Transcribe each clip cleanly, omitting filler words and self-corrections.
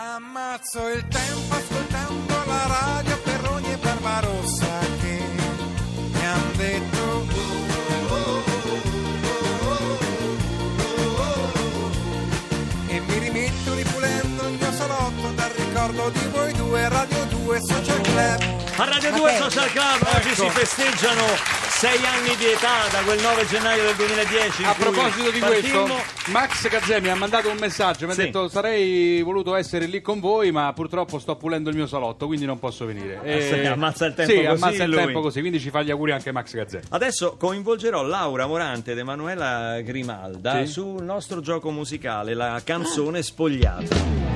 Ammazzo il tempo ascoltando la radio per ogni Barbarossa che mi han detto e mi rimetto ripulendo il mio salotto dal ricordo di voi due. Radio 2 Social Club. A Radio 2 Social Club oggi si festeggiano 6 anni di età da quel 9 gennaio del 2010. A proposito di questo, Max Gazzè mi ha mandato un messaggio, mi ha detto sarei voluto essere lì con voi, ma purtroppo sto pulendo il mio salotto, quindi non posso venire. Ammazza il tempo sì, così. ammazza il tempo così, quindi ci fa gli auguri anche Max Gazzè. Adesso coinvolgerò Laura Morante ed Emanuela Grimalda Sì? sul nostro gioco musicale, la canzone spogliata.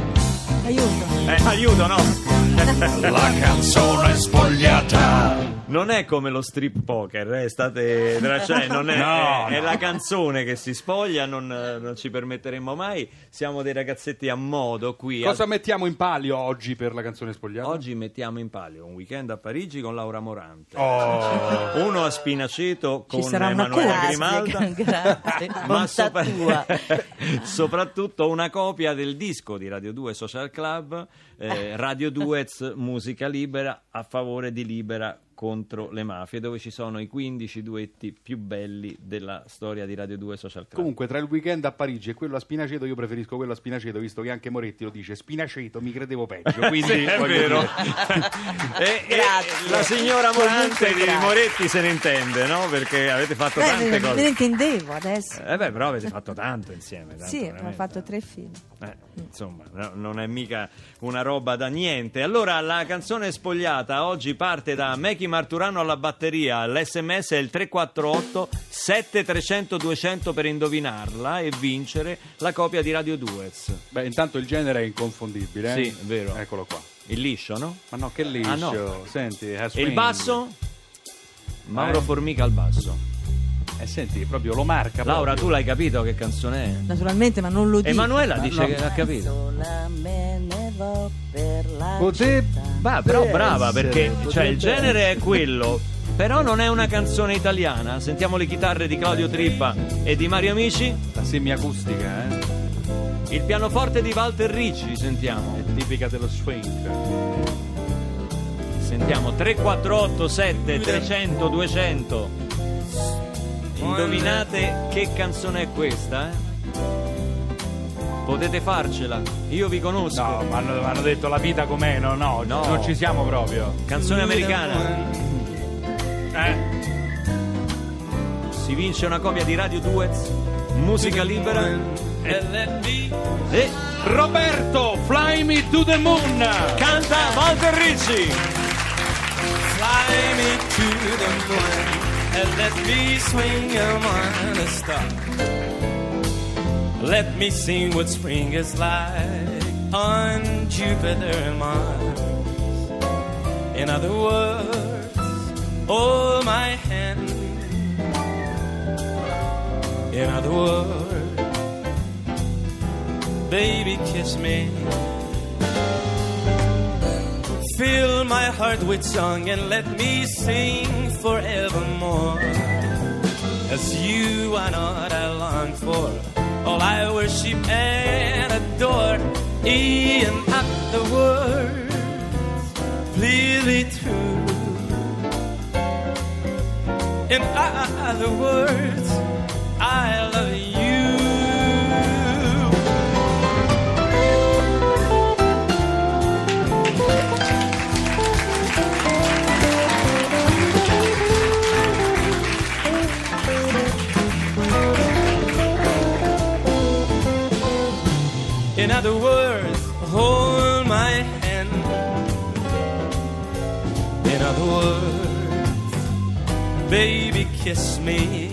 Aiuto, no? la canzone spogliata. Non è come lo strip poker, cioè non è, è la canzone che si spoglia, non ci permetteremmo mai. Siamo dei ragazzetti a modo qui. Cosa mettiamo in palio oggi per la canzone spogliata? Oggi mettiamo in palio un weekend a Parigi con Laura Morante, Oh. uno a Spinaceto con Ci sarà una Emanuela classica, Grimalda, grazie. ma Bontà tua. soprattutto una copia del disco di Radio 2 Social Club, Radio Duets Musica Libera, a favore di Libera contro le mafie, dove ci sono i 15 duetti più belli della storia di Radio 2 Social Club. Comunque tra il weekend a Parigi e quello a Spinaceto io preferisco quello a Spinaceto, visto che anche Moretti lo dice Spinaceto, mi credevo peggio, quindi sì, è vero. e la signora Morante di Moretti se ne intende, no? Perché avete fatto tante cose. Me ne intendevo adesso. Però avete fatto tanto insieme. Sì, abbiamo fatto 3 film. Insomma, non è mica una roba da niente. Allora, la canzone spogliata oggi parte da Mechi Marturano alla batteria. L'SMS è il 348 7300 200 per indovinarla e vincere la copia di Radio Duets. Beh, intanto il genere è inconfondibile. Sì, è vero. Eccolo qua. Il liscio, no? Ma no, che liscio. no. Senti, E il basso? Mauro Formica al basso. Senti, proprio lo marca. Laura, proprio. tu l'hai capito che canzone è? Naturalmente, ma non lo dico. Emanuela dice che l'ha capito. Però brava, perché cioè, il genere è quello, però non è una canzone italiana. Sentiamo le chitarre di Claudio Trippa e di Mario Amici. La semiacustica, Il pianoforte di Walter Ricci, sentiamo. È tipica dello swing. Sentiamo 348 7 300 200. Indovinate che canzone è questa, Potete farcela, io vi conosco. No, ma hanno detto la vita com'è, no, non ci siamo proprio. Canzone americana. Si vince una copia di Radio Duets, Musica Libera e Roberto, Fly Me to the Moon. Canta Walter Ricci. Fly me to the moon and let me swing among the stars. Let me sing what spring is like on Jupiter and Mars. In other words, hold my hand. In other words, baby, kiss me. Fill my heart with song and let me sing forevermore. As you are not I long for, all I worship and adore. In other words, please be true. In other words, I love you. In other words, hold my hand. In other words, baby, kiss me.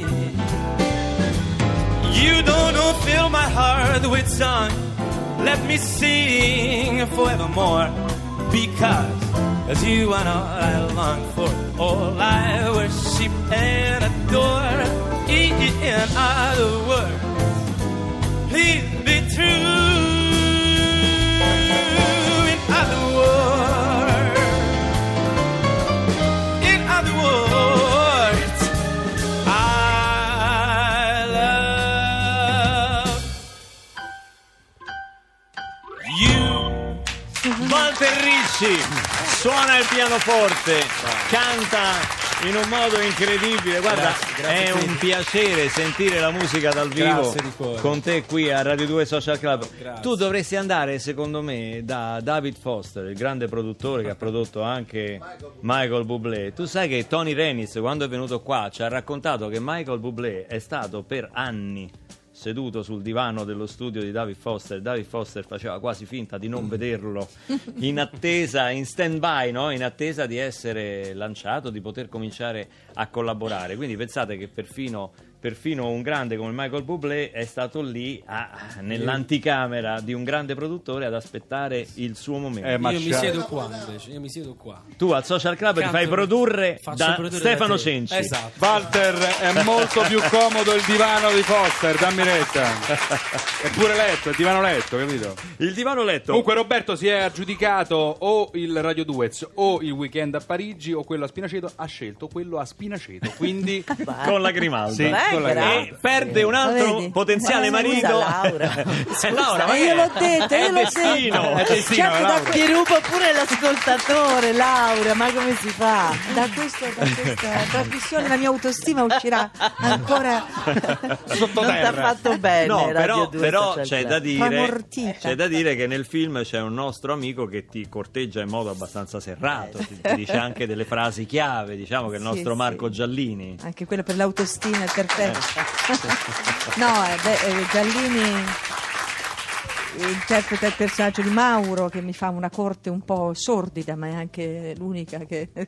You don't fill my heart with song. Let me sing forevermore. Because as you are all I long for, all I worship and adore. In other words, please be true. Walter Ricci suona il pianoforte, canta in un modo incredibile. Guarda, grazie è un piacere sentire la musica dal vivo Grazie di cuore. con te qui a Radio 2 Social Club. Grazie. Tu dovresti andare, secondo me, da David Foster, il grande produttore che ha prodotto anche Michael Bublé. Tu sai che Tony Renis, quando è venuto qua, ci ha raccontato che Michael Bublé è stato per anni seduto sul divano dello studio di David Foster. David Foster faceva quasi finta di non vederlo, in attesa, in stand-by, no? In attesa di essere lanciato, di poter cominciare a collaborare. Quindi pensate che perfino un grande come Michael Bublé è stato lì nell'anticamera di un grande produttore ad aspettare il suo momento. Io mi siedo qua invece, io mi siedo qua. Tu al Social Club ti Canto, fai produrre faccio da produrre Stefano da te. Cenci. Esatto. Walter, è molto più comodo il divano di Foster, dammi retta. È pure letto, è divano letto, capito? Il divano letto. Comunque Roberto si è aggiudicato o il Radio Duets o il weekend a Parigi o quello a Spinaceto, ha scelto quello a Spinaceto, quindi con la Grimalda. Sì, Beh, con la grazie. E perde un altro Vedi? potenziale Ma scusa, marito. Laura. Laura, ma io che l'ho detto, è io l'ho destino. detto. È destino, Certo, Laura. ti rubo pure l'ascoltatore, Laura, ma come si fa? Da questa trasmissione la mia autostima uscirà ancora Sottoterra. Non ti ha fatto bene. No, Radio 2 però Social c'è Club. da Ma dire mortita. c'è da dire che nel film c'è un nostro amico che ti corteggia in modo abbastanza serrato, ti dice anche delle frasi chiave, diciamo che è il Sì, nostro sì. Marco Giallini. Anche quello per l'autostima è perfetto. No, Giallini interpreta il personaggio di Mauro, che mi fa una corte un po' sordida, ma è anche l'unica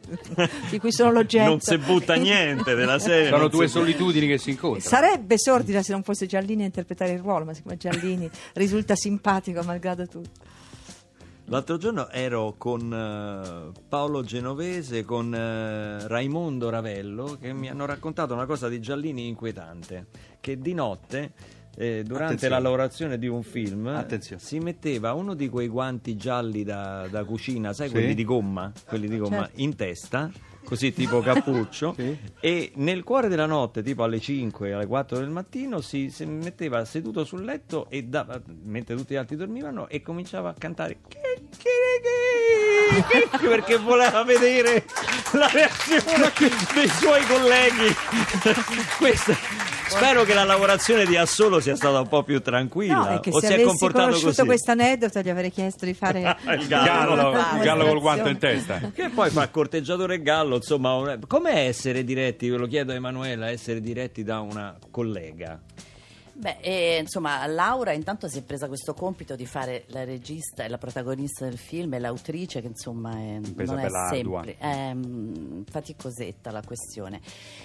di cui sono l'oggetto. Non si butta niente della serie. Sono non due si- solitudini che si incontrano. Sarebbe sordida se non fosse Giallini a interpretare il ruolo, ma siccome Giallini risulta simpatico malgrado tutto. L'altro giorno ero con Paolo Genovese, con Raimondo Ravello, che mi hanno raccontato una cosa di Giallini inquietante, che di notte, durante Attenzione. la lavorazione di un film, Attenzione. si metteva uno di quei guanti gialli da cucina, sai, Sì. quelli di gomma, Certo. in testa, così tipo cappuccio, Sì. e nel cuore della notte, tipo alle 5, alle 4 del mattino, si metteva seduto sul letto e mentre tutti gli altri dormivano, e cominciava a cantare perché voleva vedere la reazione dei suoi colleghi. Spero che la lavorazione di Assolo sia stata un po' più tranquilla. No, è che o se si è avessi comportato conosciuto così. questo aneddoto gli avrei chiesto di fare Il gallo. Il gallo col guanto in testa. Che poi fa corteggiatore e gallo, insomma, com'è essere diretti, ve lo chiedo a Emanuela, essere diretti da una collega? Beh, insomma, Laura intanto si è presa questo compito di fare la regista e la protagonista del film e l'autrice, che insomma Pesa non è per la semplice, è faticosetta la questione.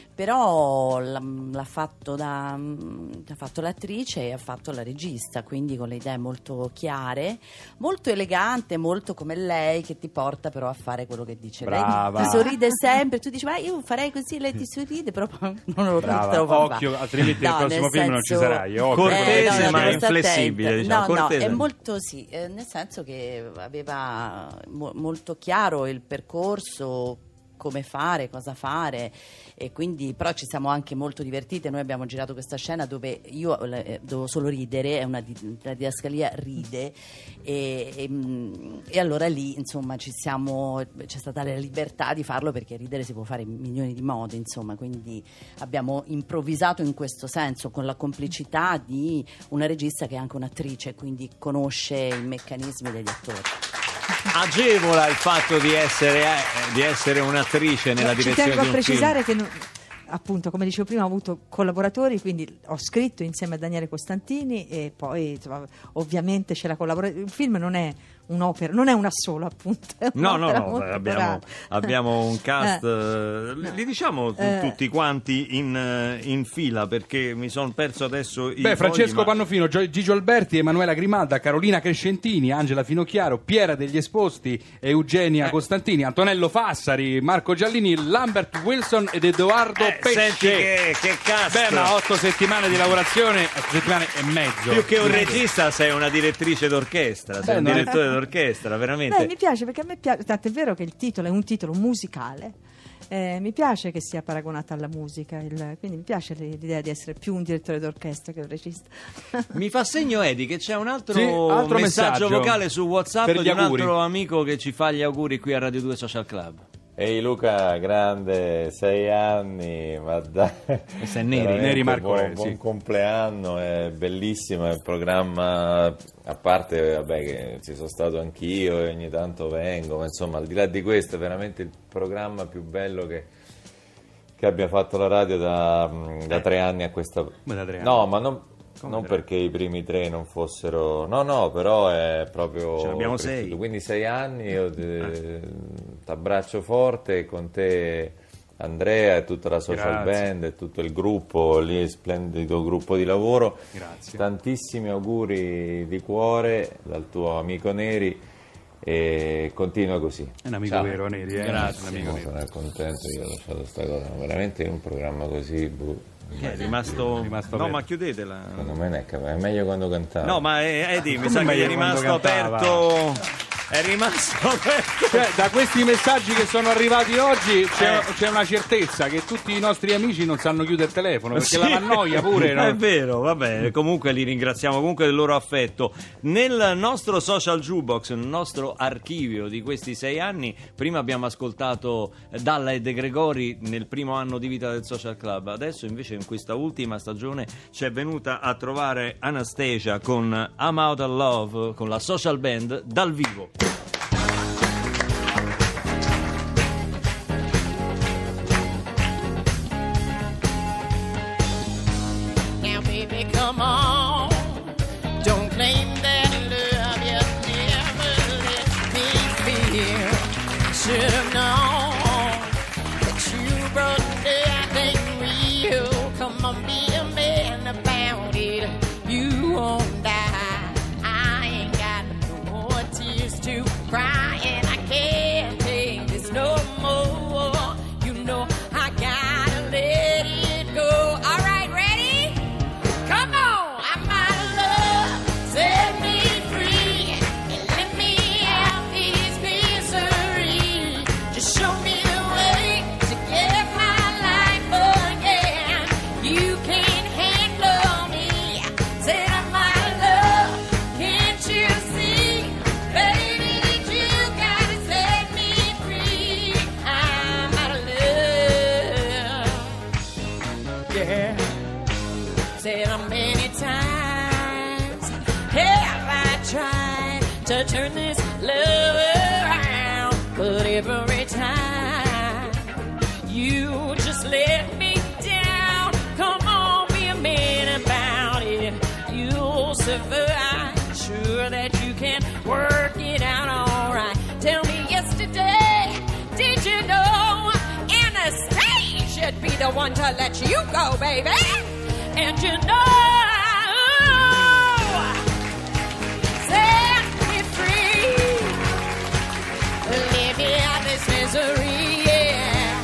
Però l'ha fatto ha fatto l'attrice e ha fatto la regista, quindi con le idee molto chiare, molto elegante, molto come lei, che ti porta però a fare quello che dice Brava. lei. Ti sorride sempre, tu dici ma io farei così, lei ti sorride, però poi non lo Brava, te lo fa occhio, fare. altrimenti il No, prossimo nel film non ci senso- sarai. Occhio. Cortese, ma devo stare inflessibile, attenta. diciamo, No, cortese. è molto sì, nel senso che aveva molto chiaro il percorso, come fare, cosa fare, e quindi però ci siamo anche molto divertite. Noi abbiamo girato questa scena dove io devo solo ridere, è una didascalia, ride, e allora lì insomma c'è stata la libertà di farlo, perché ridere si può fare in milioni di modi, insomma, quindi abbiamo improvvisato in questo senso, con la complicità di una regista che è anche un'attrice, quindi conosce i meccanismi degli attori. Agevola il fatto di essere un'attrice nella Ci direzione tengo di a un precisare che appunto, come dicevo prima, ho avuto collaboratori, quindi ho scritto insieme a Daniele Costantini e poi insomma, ovviamente c'è la collaborazione. Il film non è un'opera, non è una sola, appunto. È No, un'opera molto abbiamo un cast, li diciamo tutti quanti in fila, perché mi sono perso adesso i fogli, Francesco ma- Pannofino, Gigio Alberti, Emanuela Grimalda, Carolina Crescentini, Angela Finocchiaro, Piera degli Esposti, Eugenia Costantini, Antonello Fassari, Marco Giallini, Lambert Wilson ed Edoardo Pesce. senti che cast. Beh, ma 8 settimane di lavorazione, 8 settimane e mezzo. Più che un regista sei una direttrice d'orchestra, sei un no. direttore d'orchestra, veramente. Mi piace, perché a me piace, tanto è vero che il titolo è un titolo musicale, Mi piace che sia paragonata alla musica, quindi mi piace l'idea di essere più un direttore d'orchestra che un regista. Mi fa segno Edi che c'è un altro, Sì, altro messaggio messaggio vocale su WhatsApp per gli di un auguri. altro amico che ci fa gli auguri qui a Radio 2 Social Club. Ehi Luca, grande, 6 anni, ma dai. Questo è Neri, veramente Neri Marco Re, buon sì. compleanno, è bellissimo il programma, a parte vabbè che ci sono stato anch'io e ogni tanto vengo, ma insomma al di là di questo è veramente il programma più bello che abbia fatto la radio da 3 anni a questa... Come da 3 anni? No, ma non Come perché i primi 3 non fossero... No, però è proprio... Ce ne abbiamo cresciuto. 6. Quindi 6 anni, io t'abbraccio forte con te Andrea e tutta la social Grazie. band e tutto il gruppo, lì splendido gruppo di lavoro. Grazie. Tantissimi auguri di cuore dal tuo amico Neri e continua così. È un amico Ciao. vero, Neri, Grazie. Un amico No, vero. sono contento che ho lasciato sta cosa, ma veramente un programma così È rimasto... È rimasto no, aperto. ma chiudetela. secondo me è meglio quando cantavo. No, ma Edi, mi Come sa che meglio è rimasto quando cantava? aperto. È rimasto aperto. Cioè, da questi messaggi che sono arrivati oggi c'è una certezza che tutti i nostri amici non sanno chiudere il telefono perché Sì. la vannoia pure, no? È vero, vabbè, comunque li ringraziamo comunque del loro affetto. Nel nostro social jukebox, nel nostro archivio di questi 6 anni, prima abbiamo ascoltato Dalla e De Gregori nel primo anno di vita del Social Club, adesso invece in questa ultima stagione ci è venuta a trovare Anastasia con I'm Out of Love, con la social band dal vivo. Now, baby, come on. Don't claim that love you never let me feel. Should have known that you brought nothing real. Come on, be a man about it. You won't die. I ain't got no more tears to cry, and I can't take this no more. You know I gotta let it go. All right, ready? Come on, I'm out of love. Set me free and let me out this misery. Just show me the way to get my life again. You can't handle me. Said I'm out of love. Can't you see, baby? You gotta set me free. I'm out of love. Yeah. Said how many times have I tried to turn this love around, but every time you just let me down. Come on, be a man about it. You'll survive. Sure that you can work it out all right. Tell me yesterday, did you know Anastasia'd be the one to let you go, baby? And you know, set me free. Let me out this misery, yeah.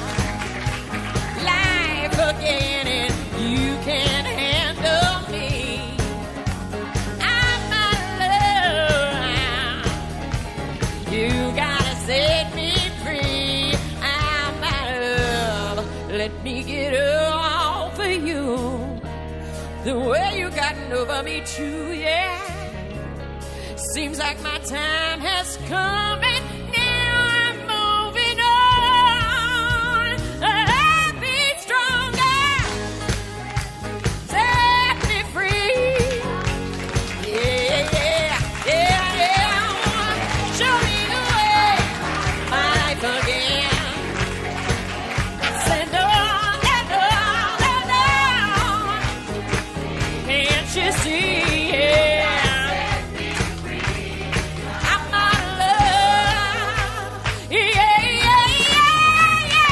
Life again, and you can't handle me. I'm out of love. You gotta set me free. I'm out of love. Let me get off of you. The way you gotten over me too, yeah. Seems like my time has come and now I'm moving on. I'll be stronger. Set me free. Yeah, yeah, yeah, yeah. Show me the way, my life again. Send on and on and on. Can't you see? Yeah. I'm out of love. Yeah, yeah, yeah,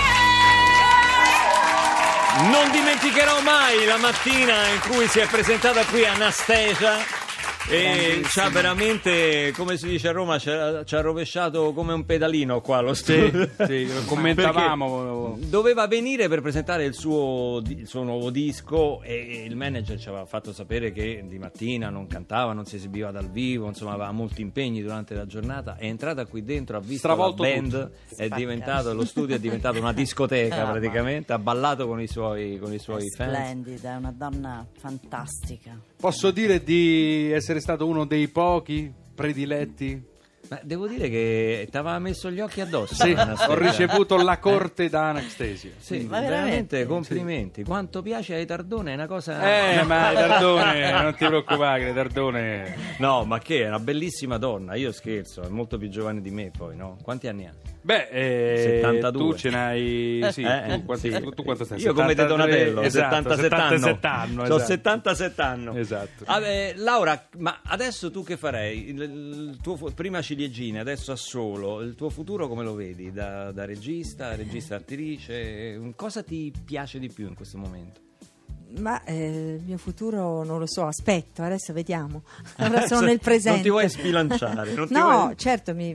yeah. Non dimenticherò mai la mattina in cui si è presentata qui Anastasia E c'ha veramente, come si dice a Roma, ci ha rovesciato come un pedalino qua allo studio. Sì, lo commentavamo. Perché doveva venire per presentare il suo nuovo disco e il manager ci aveva fatto sapere che di mattina non cantava, non si esibiva dal vivo, insomma aveva molti impegni durante la giornata. È entrata qui dentro, ha visto Stravolto la band, è diventato, lo studio è diventato una discoteca praticamente, ha ballato con i suoi fans. Splendida, è una donna fantastica. Posso dire di essere stato uno dei pochi prediletti? Ma devo dire che ti aveva messo gli occhi addosso. Sì, Anastasia. ho ricevuto la corte da Anastasia. Sì, Ma veramente veramente? complimenti. Quanto piace ai Tardone, è una cosa. Ma Tardone, non ti preoccupare, Tardone. No, ma che è una bellissima donna. Io scherzo, è molto più giovane di me, poi, no? Quanti anni ha? Beh, 72. tu ce n'hai. Sì, Sì. tu quanto stai? Io come De 73, Donatello, esatto, 77 anni. Ho Esatto. 77 anni. Esatto. Vabbè, Laura, ma adesso tu che farei? Prima ciliegine, adesso Assolo. Il tuo futuro come lo vedi? Da regista attrice? Cosa ti piace di più in questo momento? Ma il mio futuro non lo so, aspetto, adesso vediamo. Ora sono nel presente. Non ti vuoi sbilanciare? No, certo, mi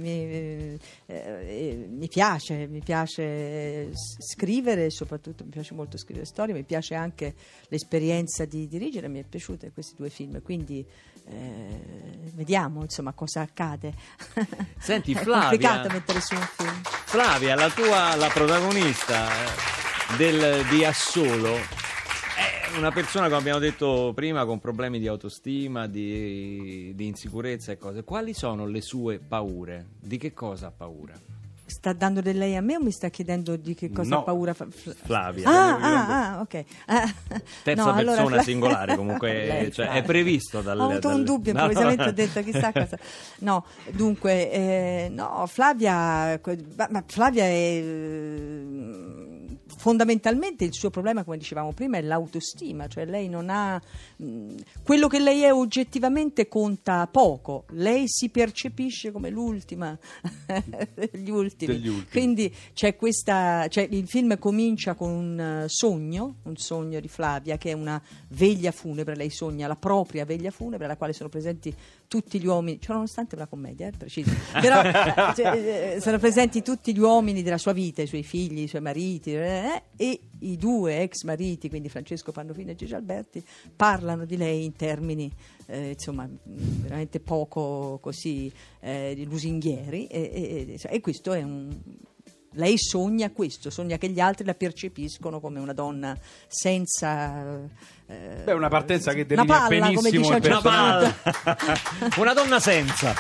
piace scrivere, soprattutto mi piace molto scrivere storie, mi piace anche l'esperienza di dirigere, mi è piaciuta in questi 2 film, quindi vediamo insomma cosa accade. Senti, è Flavia, complicato mettere su un film. Flavia, la protagonista di Assolo, è una persona, come abbiamo detto prima, con problemi di autostima, di insicurezza e cose. Quali sono le sue paure? Di che cosa ha paura? Sta dando del lei a me o mi sta chiedendo di che cosa No. ha paura Flavia. Ok. Terza No, allora, persona singolare, comunque Lei, cioè, Flavia. è previsto Ho avuto un dubbio, improvvisamente ho detto chissà cosa. No, dunque, no, Flavia, ma Flavia è fondamentalmente il suo problema, come dicevamo prima, è l'autostima, cioè lei non ha quello che lei è oggettivamente conta poco, lei si percepisce come l'ultima degli ultimi. Quindi c'è questa, cioè il film comincia con un sogno di Flavia che è una veglia funebre, lei sogna la propria veglia funebre alla quale sono presenti tutti gli uomini, cioè nonostante una commedia, preciso, però sono presenti tutti gli uomini della sua vita, i suoi figli, i suoi mariti e i 2 ex mariti, quindi Francesco Pandolfini e Gigi Alberti, parlano di lei in termini insomma veramente poco così lusinghieri e questo è lei sogna questo, sogna che gli altri la percepiscono come una donna senza una partenza che una delinea palla, come benissimo dice il un certo personaggio. Una donna senza.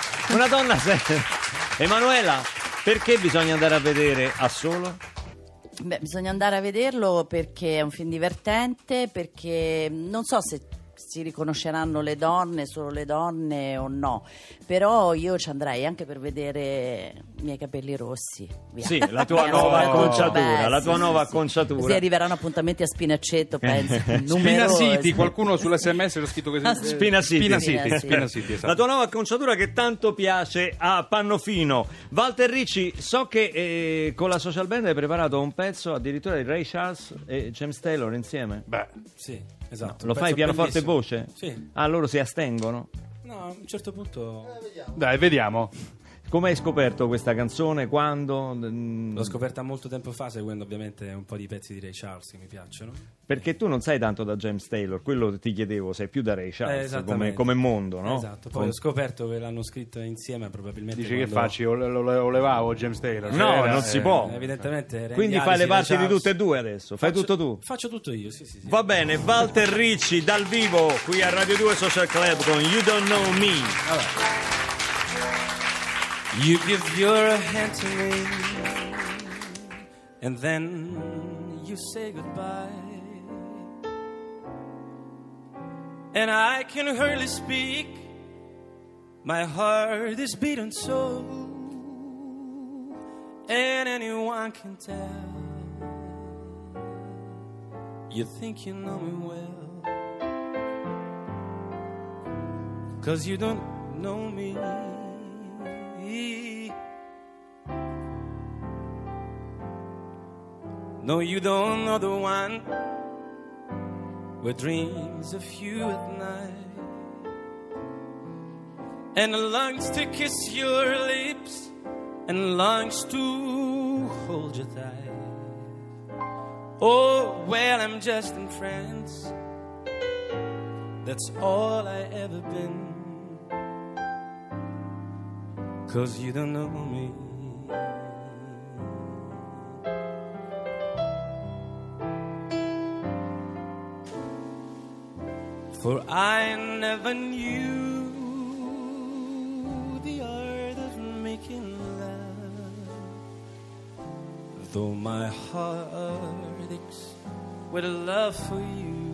Emanuela, perché bisogna andare a vedere Assolo? Beh, bisogna andare a vederlo perché è un film divertente, perché non so se si riconosceranno le donne, solo le donne o no, però io ci andrei anche per vedere i miei capelli rossi. Via. Sì, la tua nuova acconciatura, la tua nuova Così acconciatura. arriveranno appuntamenti a Spinaccetto, penso. Spina City, qualcuno sull'SMS l'ho scritto così. Spina City. Spina City, esatto. La tua nuova acconciatura che tanto piace a Pannofino. Walter Ricci, so che con la social band hai preparato un pezzo addirittura di Ray Charles e James Taylor insieme. Beh, Sì, esatto. Lo un fai pezzo pianoforte e bellissimo. voce? Sì. Ah, loro si astengono? No, a un certo punto dai, vediamo. Come hai scoperto questa canzone? Quando? l'ho scoperta molto tempo fa, seguendo ovviamente un po' di pezzi di Ray Charles che mi piacciono. Perché tu non sei tanto da James Taylor, quello ti chiedevo, sei più da Ray Charles Esattamente. come mondo, no? Esatto, poi ho scoperto che l'hanno scritto insieme probabilmente. Dici che quando- facci? O levavo James Taylor? No, non si può. Evidentemente Quindi Randy fai le Allison, parti Ray di Charles. tutte e due adesso, fai tutto tu. Faccio tutto io, sì. Va bene, Walter Ricci dal vivo qui a Radio 2 Social Club con You Don't Know Me. You give your hand to me, and then you say goodbye. And I can hardly speak, my heart is beating so, and anyone can tell. You think you know me well, 'cause you don't know me. No, you don't know the one with dreams of you at night. and longs to kiss your lips and longs to hold you tight. Oh, well, I'm just in France. That's all I ever been. 'Cause you don't know me. For I never knew the art of making love, though my heart aches with a love for you.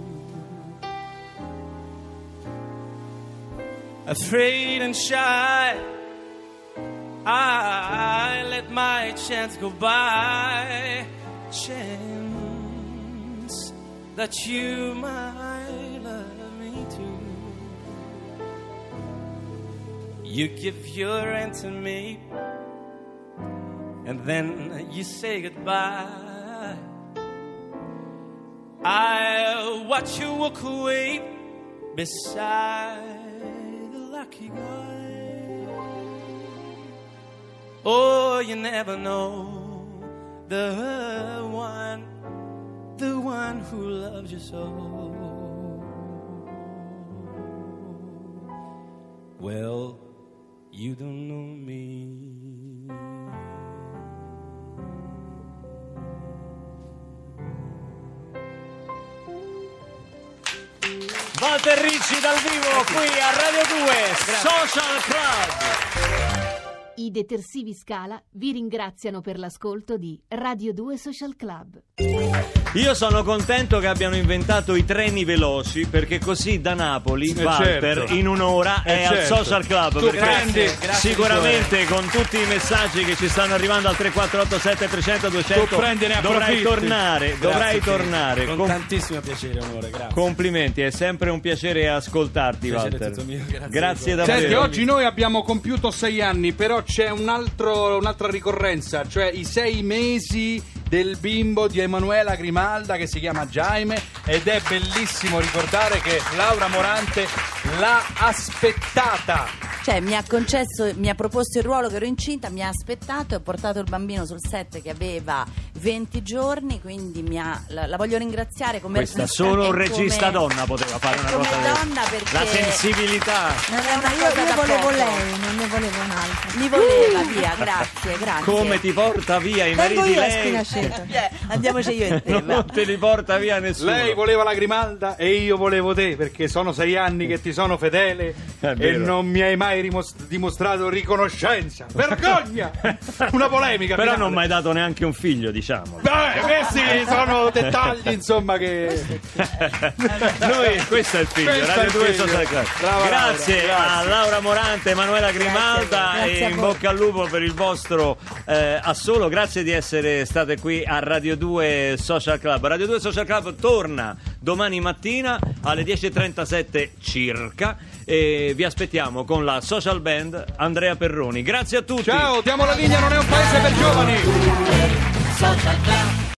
Afraid and shy, I let my chance go by. Chance that you might love me too. You give your hand to me, and then you say goodbye. I'll watch you walk away beside the lucky guy. Oh, you never know the one who loves you so. Well, you don't know me. Walter Ricci dal vivo qui a Radio 2 Social Club. I detersivi Scala vi ringraziano per l'ascolto di Radio 2 Social Club. Io sono contento che abbiano inventato i treni veloci, perché così da Napoli Walter certo. in un'ora è al Social Club. Tu perché sicuramente con tutti i messaggi che ci stanno arrivando al 3487 300 200 dovrai tornare con tantissimo piacere, onore, grazie. Complimenti, è sempre un piacere ascoltarti, Walter. Tutto mio, grazie davvero. Senti, oggi noi abbiamo compiuto 6 anni, però c'è un'altra ricorrenza, cioè i 6 mesi del bimbo di Emanuela Grimalda, che si chiama Jaime, ed è bellissimo ricordare che Laura Morante l'ha aspettata. Cioè mi ha proposto il ruolo che ero incinta, mi ha aspettato e ho portato il bambino sul set che aveva 20 giorni, quindi la voglio ringraziare come questa regista, solo un regista donna poteva fare una cosa donna, perché la sensibilità. Non è una Io cosa da volevo poco. lei, non ne volevo un'altra. Mi voleva via, grazie. Come ti porta via i Vengo mariti io a lei? Spinaceta. Andiamoci io e te. Non te li porta via nessuno. Lei voleva la Grimalda e io volevo te, perché sono 6 anni che ti sono fedele È e vero. non mi hai mai dimostrato riconoscenza. Vergogna! Una polemica Però finale. non mi hai dato neanche un figlio, diciamo. Beh, questi sono dettagli, insomma, che Noi, questo è il figlio, Questo è Radio il 2 figlio. Social Club. Brava Grazie Laura, a Laura Morante, Emanuela Grimalda Grazie e a in voi. bocca al lupo per il vostro assolo. Grazie di essere state qui a Radio 2 Social Club. Radio 2 Social Club torna domani mattina alle 10:37 circa e vi aspettiamo con la social band Andrea Perroni. Grazie a tutti. ciao, diamo la linea, non è un paese per giovani.